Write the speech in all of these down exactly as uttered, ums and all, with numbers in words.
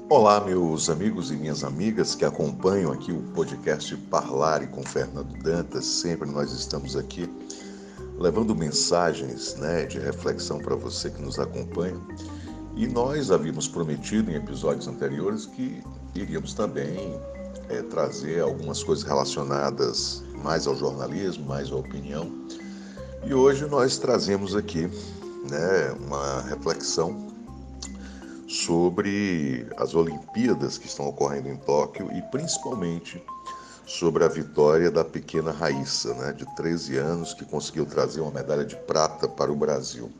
Olá, meus amigos e minhas amigas que acompanham aqui o podcast Parlare com Fernando Dantas. Sempre nós estamos aqui levando mensagens, né, de reflexão para você que nos acompanha. E nós havíamos prometido em episódios anteriores que iríamos também é, trazer algumas coisas relacionadas mais ao jornalismo, mais à opinião. E hoje nós trazemos aqui, né, uma reflexão sobre as Olimpíadas que estão ocorrendo em Tóquio e principalmente sobre a vitória da pequena Raíssa, né, de treze anos, que conseguiu trazer uma medalha de prata para o Brasil.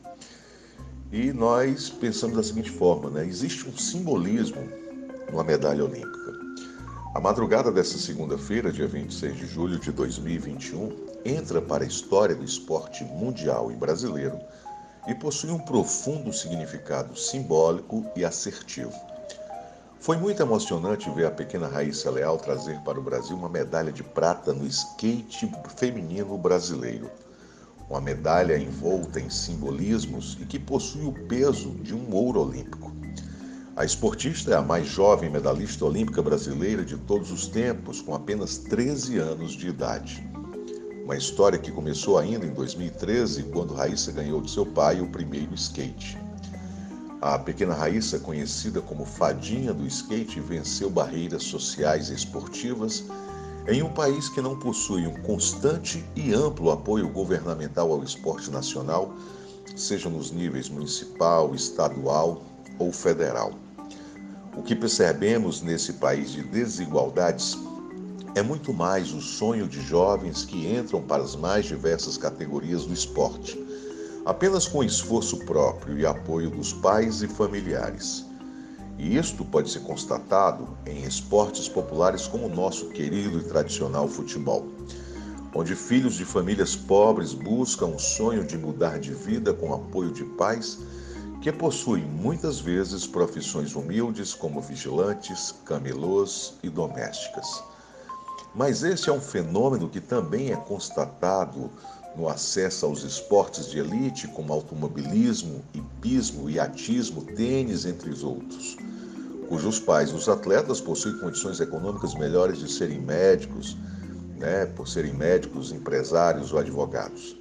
E nós pensamos da seguinte forma, né, existe um simbolismo numa medalha olímpica. A madrugada dessa segunda-feira, dia vinte e seis de julho de dois mil e vinte e um, entra para a história do esporte mundial e brasileiro e possui um profundo significado simbólico e assertivo. Foi muito emocionante ver a pequena Raíssa Leal trazer para o Brasil uma medalha de prata no skate feminino brasileiro. Uma medalha envolta em simbolismos e que possui o peso de um ouro olímpico. A esportista é a mais jovem medalhista olímpica brasileira de todos os tempos, com apenas treze anos de idade. Uma história que começou ainda em dois mil e treze, quando Raíssa ganhou de seu pai o primeiro skate. A pequena Raíssa, conhecida como Fadinha do skate, venceu barreiras sociais e esportivas em um país que não possui um constante e amplo apoio governamental ao esporte nacional, seja nos níveis municipal, estadual ou federal. O que percebemos nesse país de desigualdades é muito mais o sonho de jovens que entram para as mais diversas categorias do esporte, apenas com esforço próprio e apoio dos pais e familiares. E isto pode ser constatado em esportes populares como o nosso querido e tradicional futebol, onde filhos de famílias pobres buscam o sonho de mudar de vida com apoio de pais que possuem muitas vezes profissões humildes como vigilantes, camelôs e domésticas. Mas esse é um fenômeno que também é constatado no acesso aos esportes de elite, como automobilismo, hipismo, iatismo, tênis, entre os outros, cujos pais dos atletas possuem condições econômicas melhores de serem médicos, né, por serem médicos, empresários ou advogados.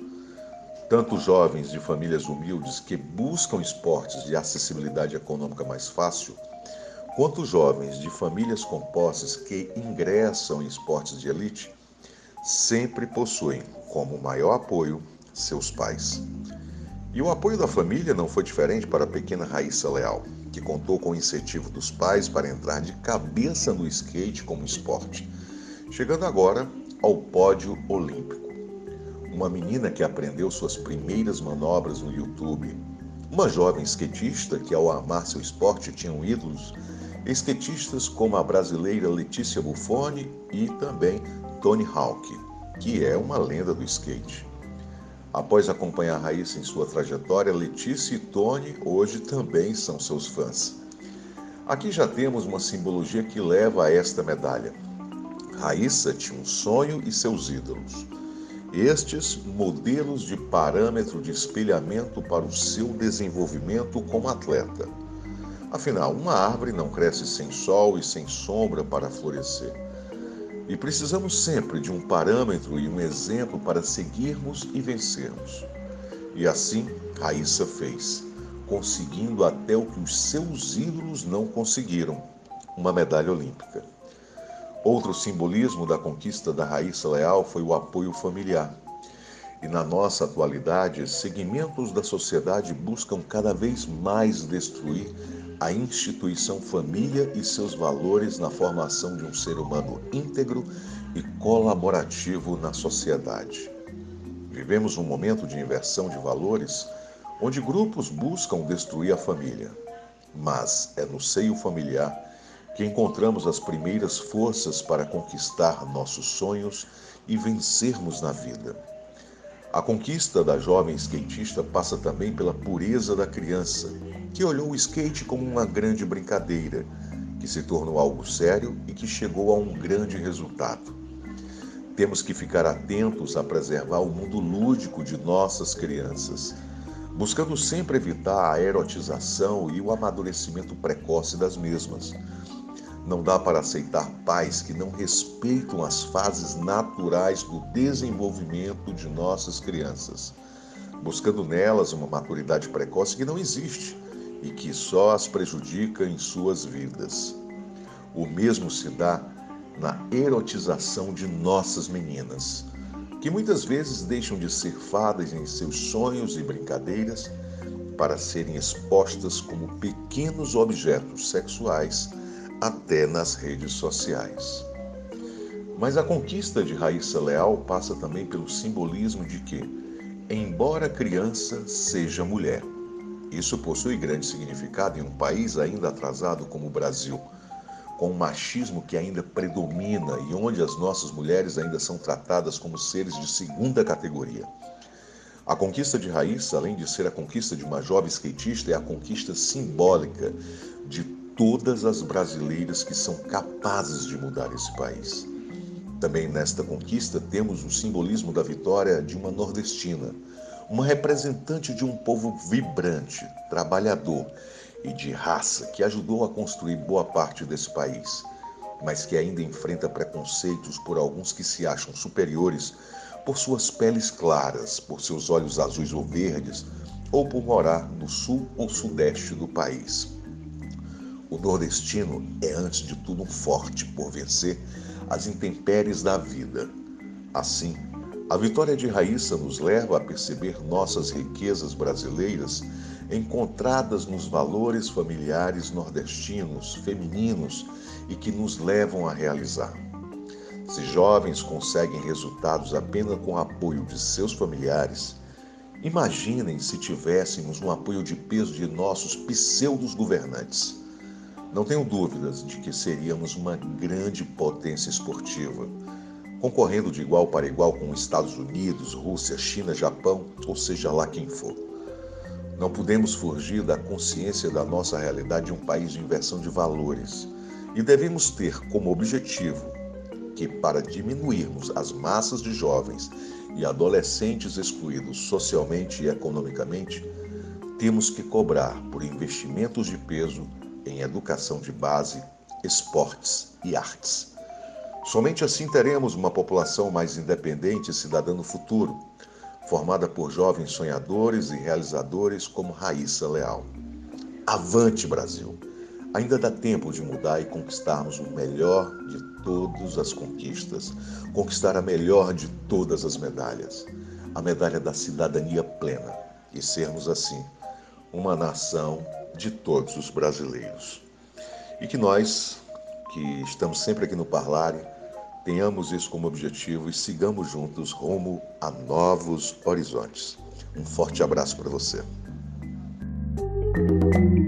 Tanto jovens de famílias humildes que buscam esportes de acessibilidade econômica mais fácil, quanto jovens de famílias com posses que ingressam em esportes de elite, sempre possuem como maior apoio seus pais. E o apoio da família não foi diferente para a pequena Raíssa Leal, que contou com o incentivo dos pais para entrar de cabeça no skate como esporte, chegando agora ao pódio olímpico. Uma menina que aprendeu suas primeiras manobras no YouTube, uma jovem skatista que ao amar seu esporte tinham ídolos skatistas como a brasileira Letícia Buffoni e também Tony Hawk, que é uma lenda do skate. Após acompanhar Raíssa em sua trajetória, Letícia e Tony hoje também são seus fãs. Aqui já temos uma simbologia que leva a esta medalha. Raíssa tinha um sonho e seus ídolos. Estes modelos de parâmetro de espelhamento para o seu desenvolvimento como atleta. Afinal, uma árvore não cresce sem sol e sem sombra para florescer. E precisamos sempre de um parâmetro e um exemplo para seguirmos e vencermos. E assim, Raíssa fez, conseguindo até o que os seus ídolos não conseguiram, uma medalha olímpica. Outro simbolismo da conquista da Raíssa Leal foi o apoio familiar. E na nossa atualidade, segmentos da sociedade buscam cada vez mais destruir a instituição família e seus valores na formação de um ser humano íntegro e colaborativo na sociedade. Vivemos um momento de inversão de valores, onde grupos buscam destruir a família. Mas é no seio familiar que encontramos as primeiras forças para conquistar nossos sonhos e vencermos na vida. A conquista da jovem skatista passa também pela pureza da criança, que olhou o skate como uma grande brincadeira, que se tornou algo sério e que chegou a um grande resultado. Temos que ficar atentos a preservar o mundo lúdico de nossas crianças, buscando sempre evitar a erotização e o amadurecimento precoce das mesmas. Não dá para aceitar pais que não respeitam as fases naturais do desenvolvimento de nossas crianças, buscando nelas uma maturidade precoce que não existe e que só as prejudica em suas vidas. O mesmo se dá na erotização de nossas meninas, que muitas vezes deixam de ser fadas em seus sonhos e brincadeiras para serem expostas como pequenos objetos sexuais até nas redes sociais. Mas a conquista de Raíssa Leal passa também pelo simbolismo de que, embora criança, seja mulher. Isso possui grande significado em um país ainda atrasado como o Brasil, com um machismo que ainda predomina e onde as nossas mulheres ainda são tratadas como seres de segunda categoria. A conquista de Raíssa, além de ser a conquista de uma jovem skatista, é a conquista simbólica de todas as brasileiras que são capazes de mudar esse país. Também nesta conquista temos o simbolismo da vitória de uma nordestina, uma representante de um povo vibrante, trabalhador e de raça que ajudou a construir boa parte desse país, mas que ainda enfrenta preconceitos por alguns que se acham superiores por suas peles claras, por seus olhos azuis ou verdes, ou por morar no sul ou sudeste do país. O nordestino é, antes de tudo, um forte por vencer as intempéries da vida. Assim, a vitória de Raíssa nos leva a perceber nossas riquezas brasileiras encontradas nos valores familiares nordestinos, femininos e que nos levam a realizar. Se jovens conseguem resultados apenas com o apoio de seus familiares, imaginem se tivéssemos um apoio de peso de nossos pseudos governantes. Não tenho dúvidas de que seríamos uma grande potência esportiva, concorrendo de igual para igual com os Estados Unidos, Rússia, China, Japão, ou seja lá quem for. Não podemos fugir da consciência da nossa realidade de um país de inversão de valores e devemos ter como objetivo que, para diminuirmos as massas de jovens e adolescentes excluídos socialmente e economicamente, temos que cobrar por investimentos de peso em educação de base, esportes e artes. Somente assim teremos uma população mais independente e cidadã no futuro, formada por jovens sonhadores e realizadores como Raíssa Leal. Avante, Brasil! Ainda dá tempo de mudar e conquistarmos o melhor de todas as conquistas, conquistar a melhor de todas as medalhas, a medalha da cidadania plena, e sermos assim uma nação de todos os brasileiros. E que nós, que estamos sempre aqui no Parlare, tenhamos isso como objetivo e sigamos juntos rumo a novos horizontes. Um forte abraço para você.